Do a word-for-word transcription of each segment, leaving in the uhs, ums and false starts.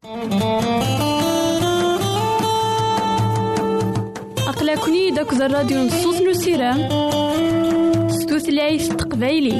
أقلكني داك الراديو نصوص نسيرام ستوثلايف تقبايلي.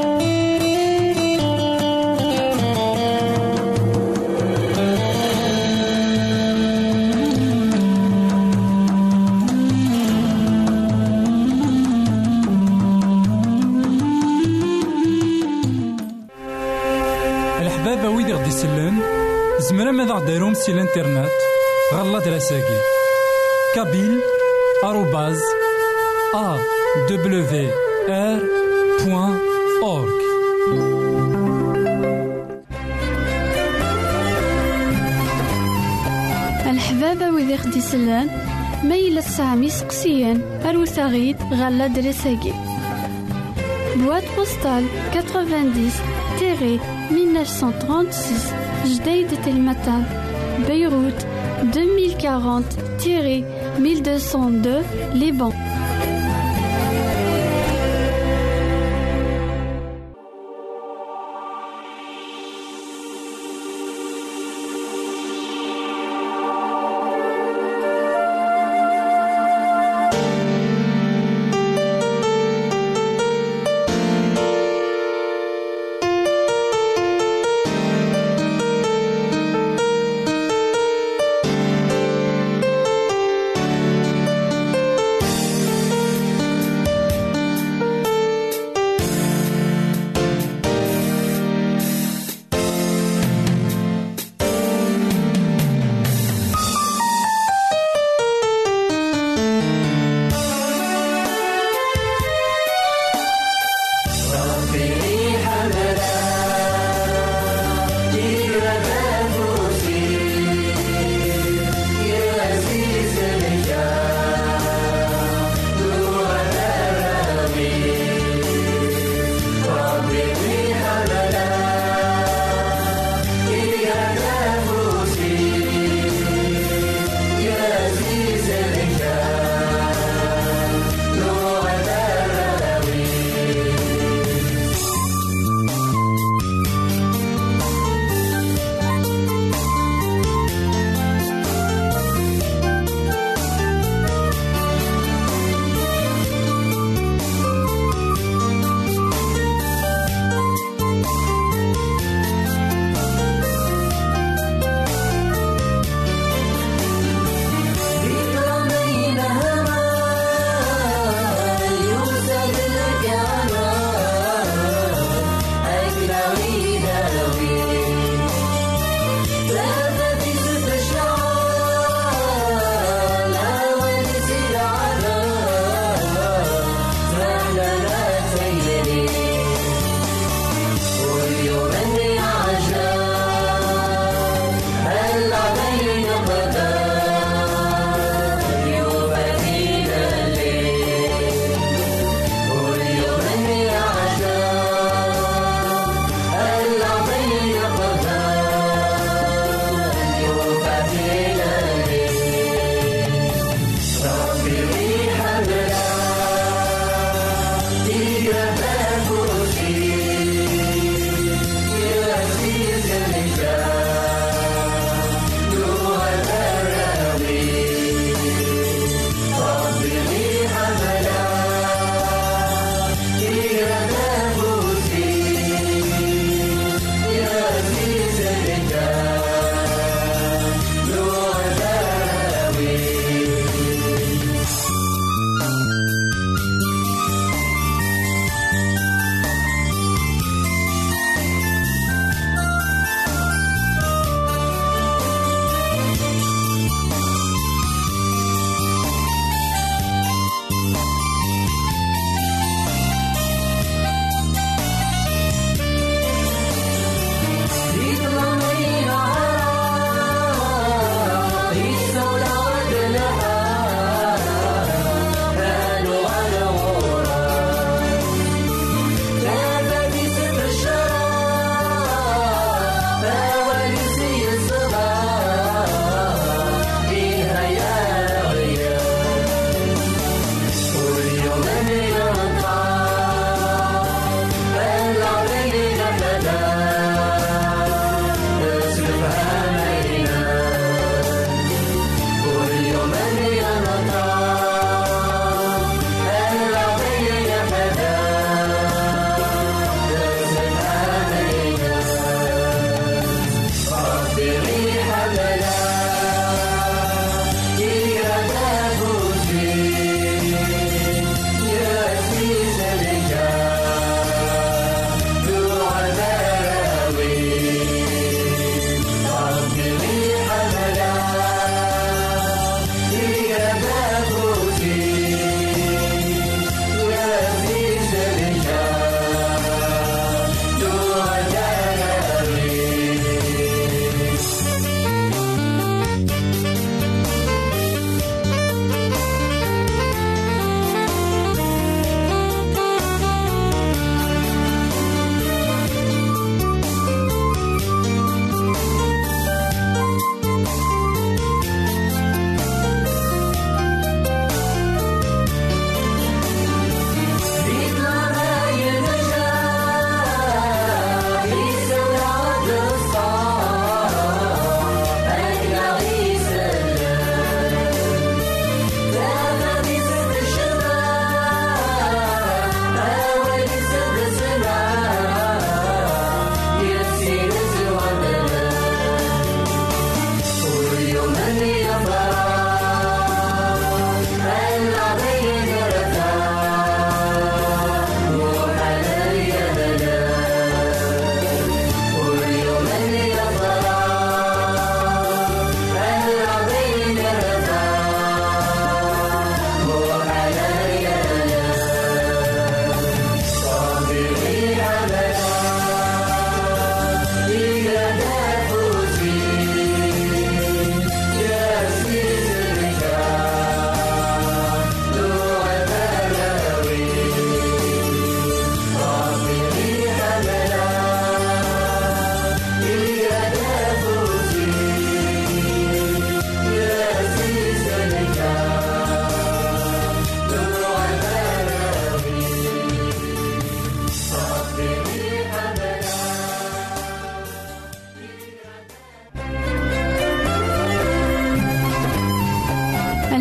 الحبابة ويدي غدي يسلن زمرا ماذا غديرهم سي الانترنت غالا دراساكي كابيل آروباز أ دبليو آر بوان أورك. الحبابة ويدي غدي يسلن ميلا سامي سقسيان أروساغيد غالا دراساكي boîte postale quatre-vingt-dix mille neuf cent trente-six Jdeï de Telmatan, Beyrouth deux mille quarante mille deux cent deux Liban.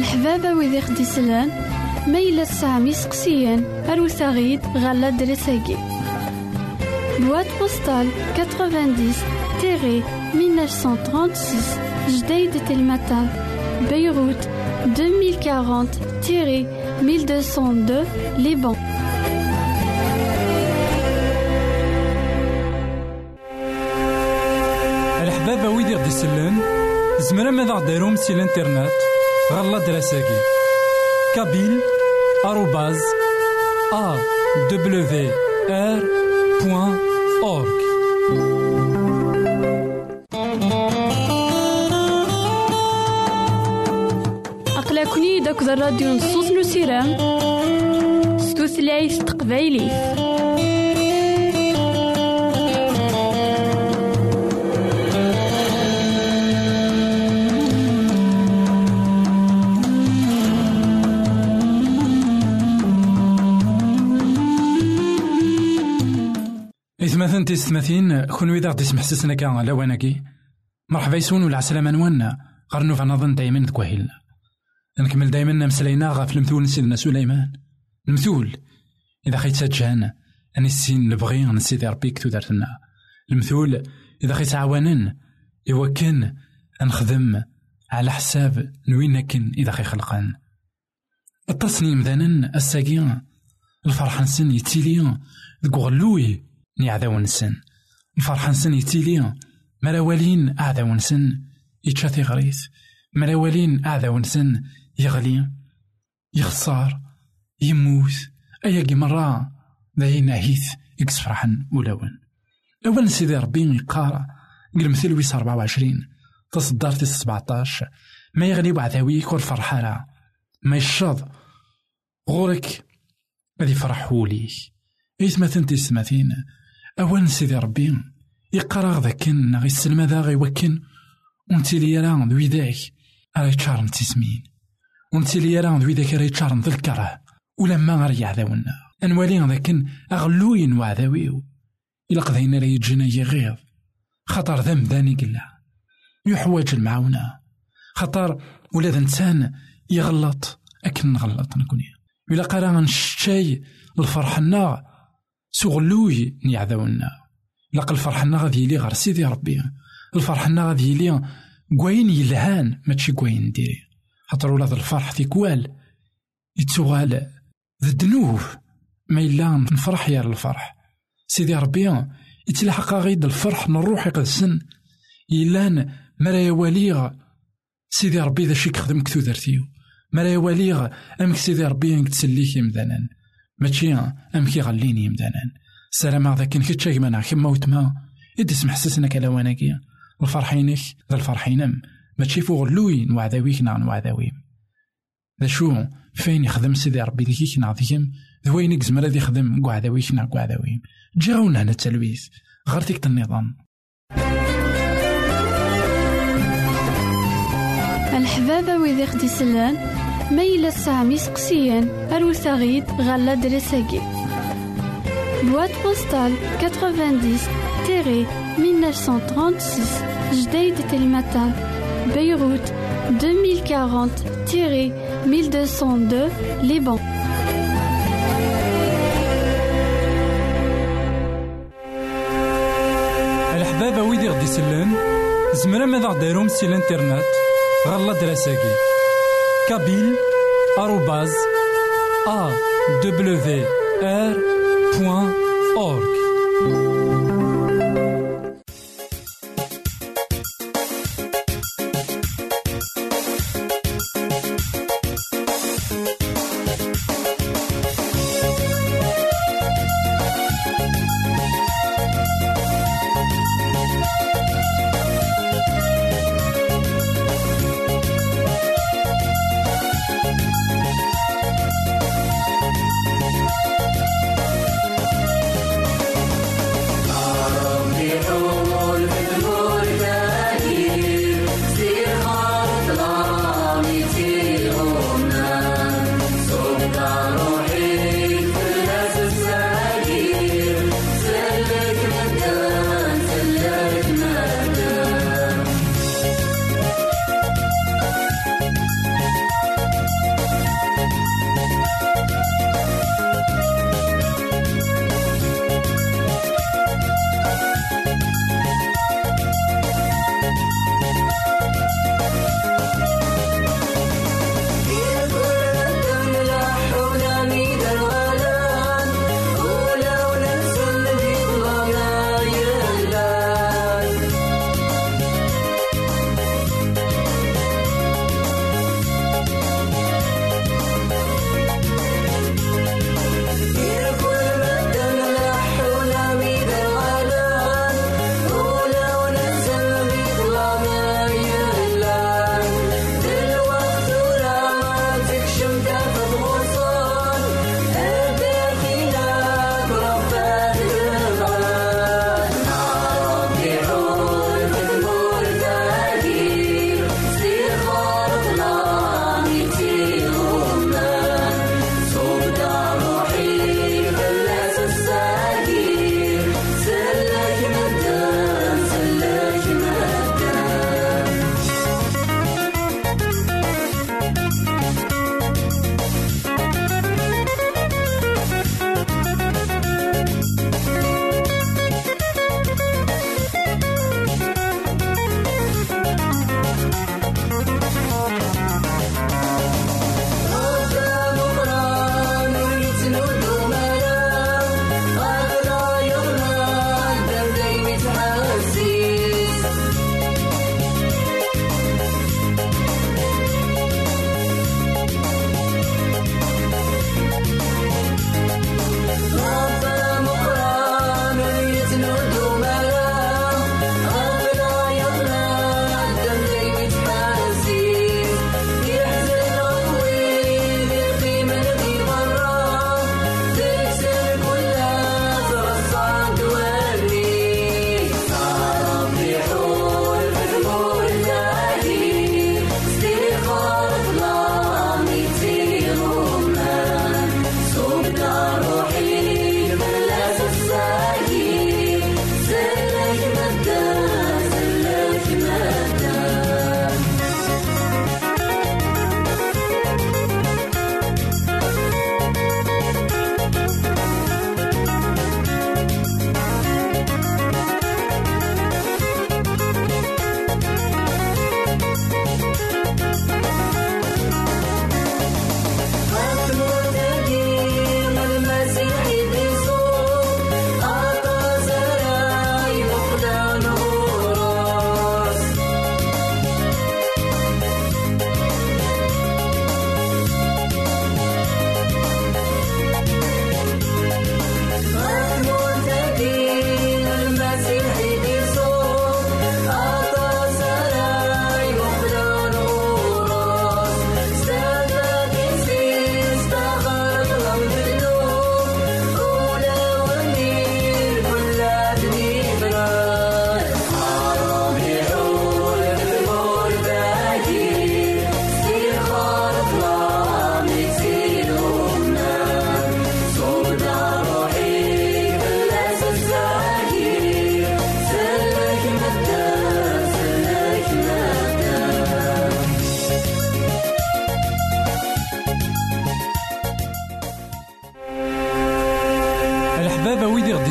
الحبابة ويدي خديسلان ميلا سامي سقسيان أروساغيد غالا دريساكي بواد بوستال تسعين مية وتسعمية وثلاثة وثلاثين جديد تلمتان بيروت deux mille quarante mille deux cent deux Liban. الحبابة ويدي غدي يسلن زمرا ماذا غديرهم سي الانترنت غالا دراساكي كابيل آروباز أ دبليو آر بوان أورك. أقلكني داك الراديو نصوص نسيرام ستوثلايف تقبايلي. إثماثن تيستماثين كون ويدا غدي يسمح سسنا كاع لواناكي مرحبا يسون ولا عسلامة نوانا غرنو فنظن دايما ذكواهيلنا نكمل دايما مسلينا غاف المثول سيدنا سليمان المثول إذا خيت سجان أني السين نبغي نسيدي ربي كتو دارتنا المثول إذا خيت عوانن إوا كان نخدم على حساب نوين كن إذا خي خلقان التصنيم ذانن الساقين الفرحة نسن يتيليون ذكوغلوي نعذاو نسن الفرحة نسن يتيليون مراوالين أعذاو نسن يتشاثي غريث مراوالين أعذاو نسن يغلي يخسر يموت أياكي مرة ذاين عهيث يكس فرحا ولاون أولا سيدي ربي يقارا قل مثل ويس أربعة وعشرين تصدرت السبعتاش ما يغلي بعذاوي كل فرحة ما يشاض غورك غادي يفرحوا ليه إيث ما ثنتي سماثين أولا سيدي ربي يقرا ذاكن غي السلمى ذا غي وكن ونتي لي راه ذوي ذاك راهي تشارن تسمين ونتي لي راه ذوي ذاك راهي تشارن ذا الكره ولما غير يعذاونا أنوالي ذاكن أغلوين وعذاويو إلا قضينا راه يجينا يغيظ خطر ذنب ذاني قلا يحواج المعاونة خطر ولاد إنسان يغلط أكن نغلط نكوني إلا قرا نشتاي الفرحنا سغلوي نيعذاونا لقى الفرحنا غادي يلي غير سيدي ربي الفرحنا غادي يلي كوين يلهان ماشي كوين ديري خاطر ولاد الفرح تيكوال يتسوغال ذدنوه ما إلا نفرح يا الفرح سيدي ربي يتلاحق غيد الفرح نروح يقدسن إلان مرا يواليغ سيدي ربي ذا شي كخدم كثو درتيو مرا يواليغ أمك سيدي ربي يتسليك يمدانان ماشي أمك يغليني يمدانان سلام هذا كن كتشاك مانا كما وتما إدي سمح سسنا كلاواناكي الفرحينك ذا الفرحينم ماشي فوق لوين وعذاويك نعن وعذاويم ذا شو فين يخدم سيدي ربي ليكيك نعطيهم ذوينك زمرا ذي يخدم قعداويك نع قعداويم جاونا هنا التلويث غرتك النظام. الحبابة ويدي خدي سلان ميلا سامي سقسيان أروساغيد غالا دريساكي بواد بوستال تسعين مية وتسعمية وثلاثة وثلاثين جديد تلمتان بيروت deux mille quarante mille deux cent deux Liban. الحبابة ويدي غدي يسلن زمرا ماذا غديرهم سي الانترنت غالا دراساكي كابيل آروباز أ دبليو آر بوان أورك.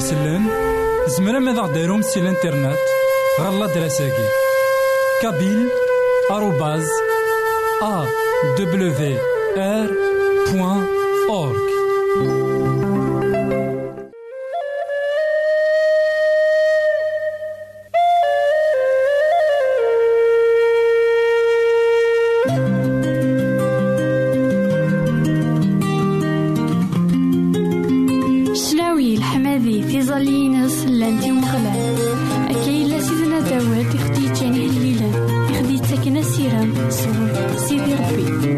يسلن زمرا ماذا داروم سي الانترنت غالا دراساكي كابيل آروباز أ دبليو آر بوان أورك. شلاوي الحمادي في ظلينس لانتي مغلال أكيلا سيدنا داود يخدي جاني الليلة يخدي تاكنا سيرام صور سيدي ربي.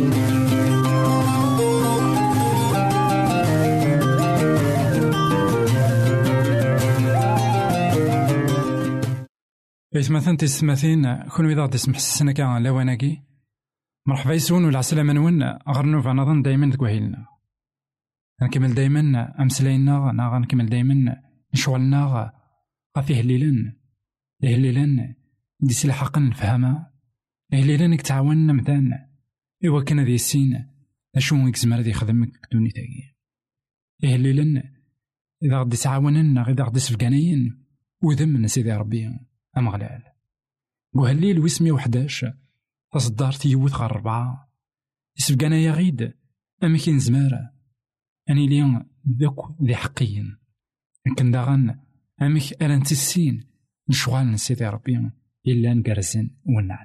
إثمثن تسمثين كون إذا تسمح السنة كان لواناكي مرحبا يسون ولا عسلامة نون غرنو فنظن دايما تكوهيلنا نكمل دايما أمسلينا نا غنكمل دايما نشوالنا غفيه الليلن الليلن دي سلحقا نفهمها الليلن نتعاون مثلا إوا كان ذي السين أشو يكزمر ذي خدمك دوني تاكي الليلن إذا غدي تعاوننا غدا غدي سفقانيين وذم سيدي ربي أمغلال وهالليل ويسمي وحداش تصدار تيوث غير ربعة يسبقانا يا غيد أمكين زمارة أني ليون ذوك ذي حقيين لكن داغن أمك ألان تسين نشوال نسيدي ربي إلا نقرزن ونعن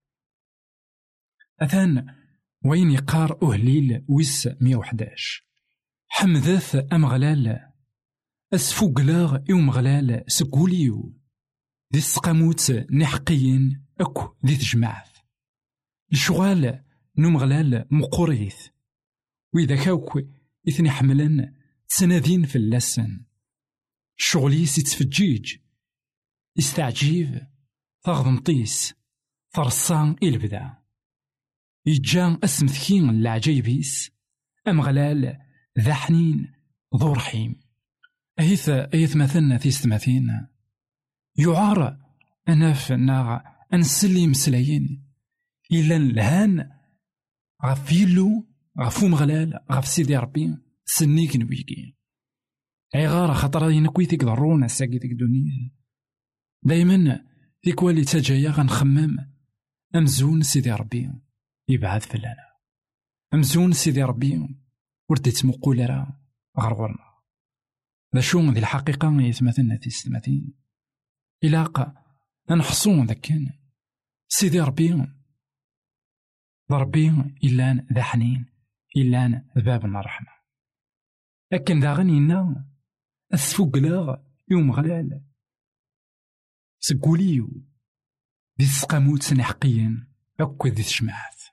أثان وين يقار أهليل ويس مية وحداش حمذاث أمغلال أسفوق لاغ يوم غلال سكوليو ذي السقاموت نحقيين أكو ذي تجمعث الشغال نوم غلال مقوريث وإذا كاوكو إثني حملن تسنادين في اللسن الشغلي سيتفجيج يستعجيب تغضمطيس فرصان إلبدا يجان أسمثكين العجيبيس أم غلال ذا حنين ذو رحيم أيث أيث مثلنا في ستماثين يعار أناف ناغ أنسلي مسلايين إلا الهان غفيلو غفو مغلال غف سيدي ربي سنيك نبيكي عغارة خطرة ينكويتك ضرونا ساقيتك دونيه دايما ذيك والي تجايا غنخمم أمزون سيدي ربي يبعث فلانا أمزون سيدي ربي ورديت مقولة راه غرغرنا ذا شون ذي الحقيقة يتمثلنا في ستماتين إلاقا نحصون ذاكن سيدي ربي ربي إلا ذا حنين إلا باب الرحمة لكن ذا غنينا أسفوق لاغ يوم غلال سقوليو ذي السقاموت سنحقيا أكو ذي تشمعات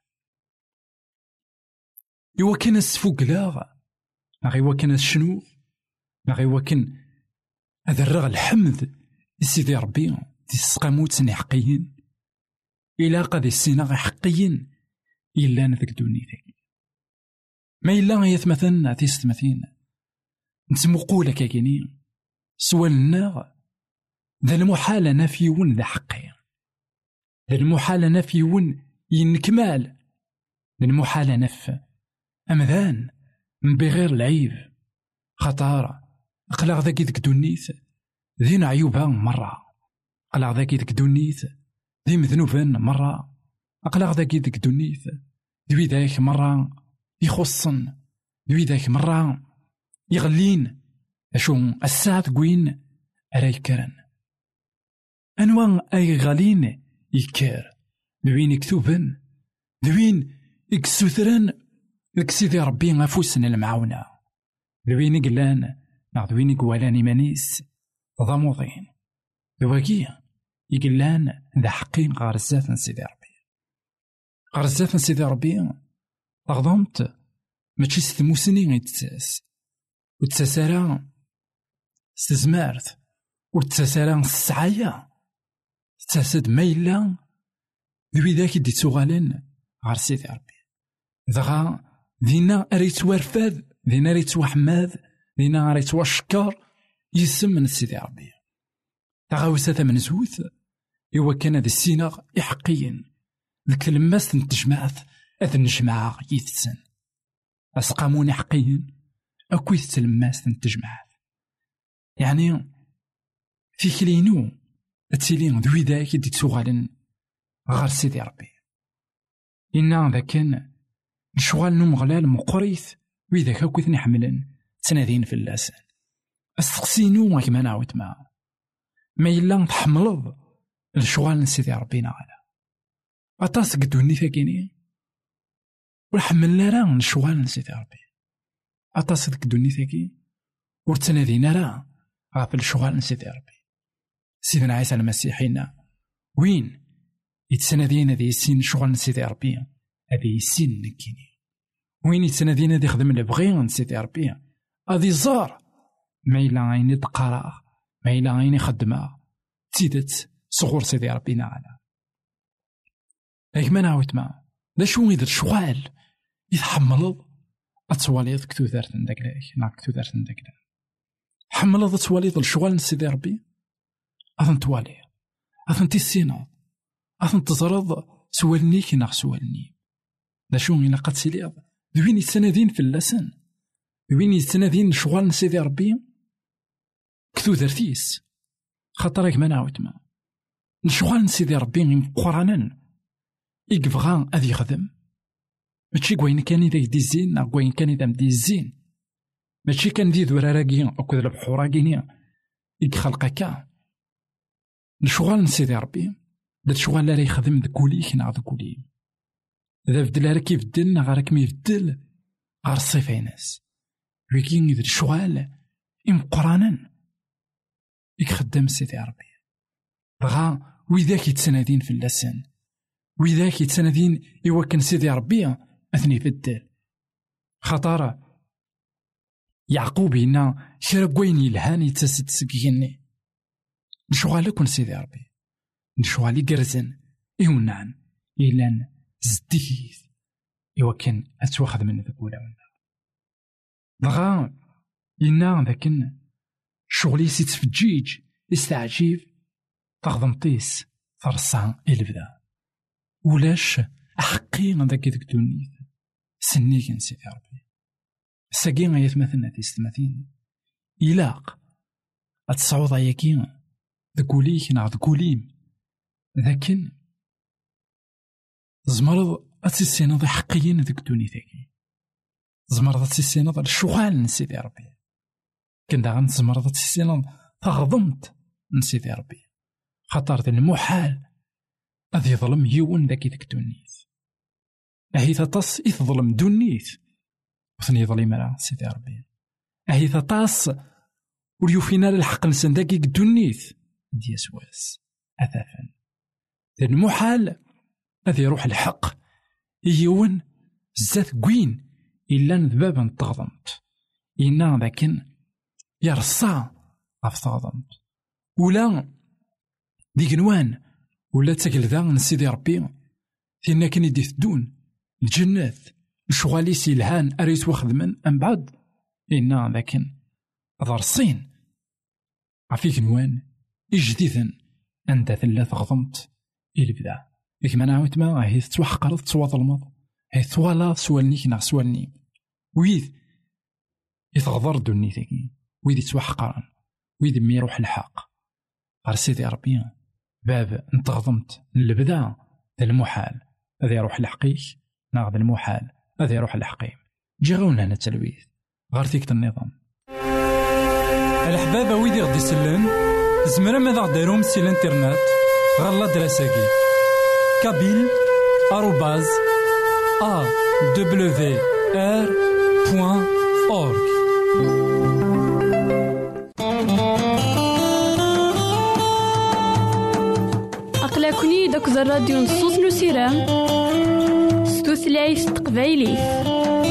إوا كان أسفوق لاغ أغي وكان الشنو أغي وكان أذرغ الحمد سيدي ربي ذي السقاموت سنحقيا إلا قد السينا حقيا إلا نذك دوني ذاك ما إلا يثمثلنا في ستمثين نتمقولك كاكيني سوال الناغ ذا المحالة نفيون ذا حقي ذا المحالة نفيون ينكمال ذا المحالة نف أمذان من بغير العيب خطارة أقلع ذاك ذاك دونيث ذين عيوبها مرة أقلع ذاك ذاك دونيث ذي مذنوبان مرة أقلع ذاك ذاك دونيث ذوي ذاك مرة يخصن ذوي ذاك مرة يغلين أشو الساعة قوين أراي كرن أنواع أي غالين يكار ذوين يكتوبن ذوين يكسوثرن لك سيدي ربي غفوسن المعاونة ذوين يقلان ذوين يقوالان إيمانيس ضموضين ذواكي يقلان ذا حقين غارزات سيدي ربي غارزات سيدي ربي تغضمت ماشي ستموسني غيتساس وتساسارا استزمارت وتساسارا السعايا تساسد ميلا ذوي ذاك دي تغالن غار سيدي ربي ذغا ذينا أريت ورفاذ ذينا أريت وحماذ ذينا أريت وشكر يسم من سيدي ربي تغاوسة من زوث إوا كان ذي السيناغ يحقيا ذك الماس تنتجمعث أذ نجمع يثسن أسقاموني حقيا أكويث الماس تنتجمعث يعني في كلينو التيلين ذوي ذاك يدي تسوغالن غير سيدي ربي. إنا ذا كان الشغال نوم غلال مقريث وإذا كوثني حملن تنادين في اللسان استقسينو كما نعاود معاه ما إلا تحملض الشغال نسيدي ربينا على أطاس قدوني ثاكيني ونحملنا راه الشغال نسيدي ربي أطاس قدوني ثاكي ورتنادينا راه غافل الشغال نسيدي ربي. سيدنا عيسى المسيحينا وين يتسنادين هذه السين شغل نسيدي ربي هذه السين نكيني وين يتسنادين هذه خدم البغي نسيدي ربي هذه زار ما إلا عيني تقرا ما إلا عيني خدمة تيدت صغور سيدي ربينا على ما نعاود معاه لا شو يدير شغال يتحملض أتواليض كتوثرت نداك لاك ناك كتوثرت نداك لاك حملض أتواليض الشغال نسيدي ربي أثن توالي أثن تيسينا أثن تزرض سوالني كي ناغ سوالني لا شو إلا قد سيليض ذوين يتسنادين في اللسان ذوين يتسنادين شغال نسيدي ربي كتوثرتيس خاطرك ما نعاود معاه الشغال نسيدي ربي قرانا يقفغان أذي يخدم ماشي كوين كان إذا يدي الزين نا كوين كان إذا مدي الزين ماشي كان ذي ذورا راكين أو كذا البحور راكينيا يخلقك الشغال نسيدي ربي دا الشغال لا يخدم ذكوليك نا ذكولي إذا بدل راك يبدل نا غيرك ما يبدل غير الصيفة ناس لكن إذا الشغال إمقرانا يخدم سيدي ربي بغا وإذاك يتسنادين في اللسان وإذاك يتسنادين يوكن سيدي ربي أثني في الدل خطارة يعقوب هنا شرقوين يلهان يتسد سكيني نشغال كون سيدي ربي نشغال يقرزن يونان إلان زديث يوكن أتواخذ من ذكولا بغا ينا ذاكن شغلي سيتفجيج يستعجيب تغضمطيس فرصان إلبدا ولاش أحقي ذاك دونيث سنيك نسيت يا ربي الساقين يتمثلنا تيستمثين إلاق أتصعود أياكين ذكوليك نا ذكوليم ذاكن زمرض أتسيناض حقيين ذاك دونيثاكي زمرض أتسيناض الشغال نسيت يا ربي كنت غن زمرض أتسيناض تغضمت نسيت يا ربي خطرت المحال أذي ظلم يون ذاكي ذاك دونيث أهي تطس يظلم دونيث وثني ظلم راه سيدي ربي أهي تطاس وليوفينا الحق نسن ذاكي دونيث دي سواس أثافا المحال أذي يروح الحق يون زات قوين إلا نذبابا تغضمت إنا ذاكن يرصع غف تغضمت ولا ديك نوان ولا تاكل ذا نسيدي ربي فينا كان يدي ثدون الجنات الشغالي سيلهان أريت وخدمن أم بعد إنا لكن ضرصين عفيك نوان إجديثا أنت ثلاث غضمت إلي بدا إيك ما نعاود ما هي تتوحقرض تسوى ظلمض هي ثوالا سوالنيك نا سوالني ويذ يتغضر دوني ثاكي ويذ يتوحقرن ويذ ما يروح الحق غير سيدي ربي باب انت غضمت البدا المحال هذا يروح الحقيق ناخذ المحال هذا يروح الحقيم جي غاونا هنا التلويث غير فيك النظام الحبابة ويدي غدي يسلم زمرا ماذا غديرهم سي الانترنت غالا دراساكي كابيل آروباز أ دبليو آر بوان أورك. أقلكني داك الراديو نصوص نسيران ستوثلايف تقبايلي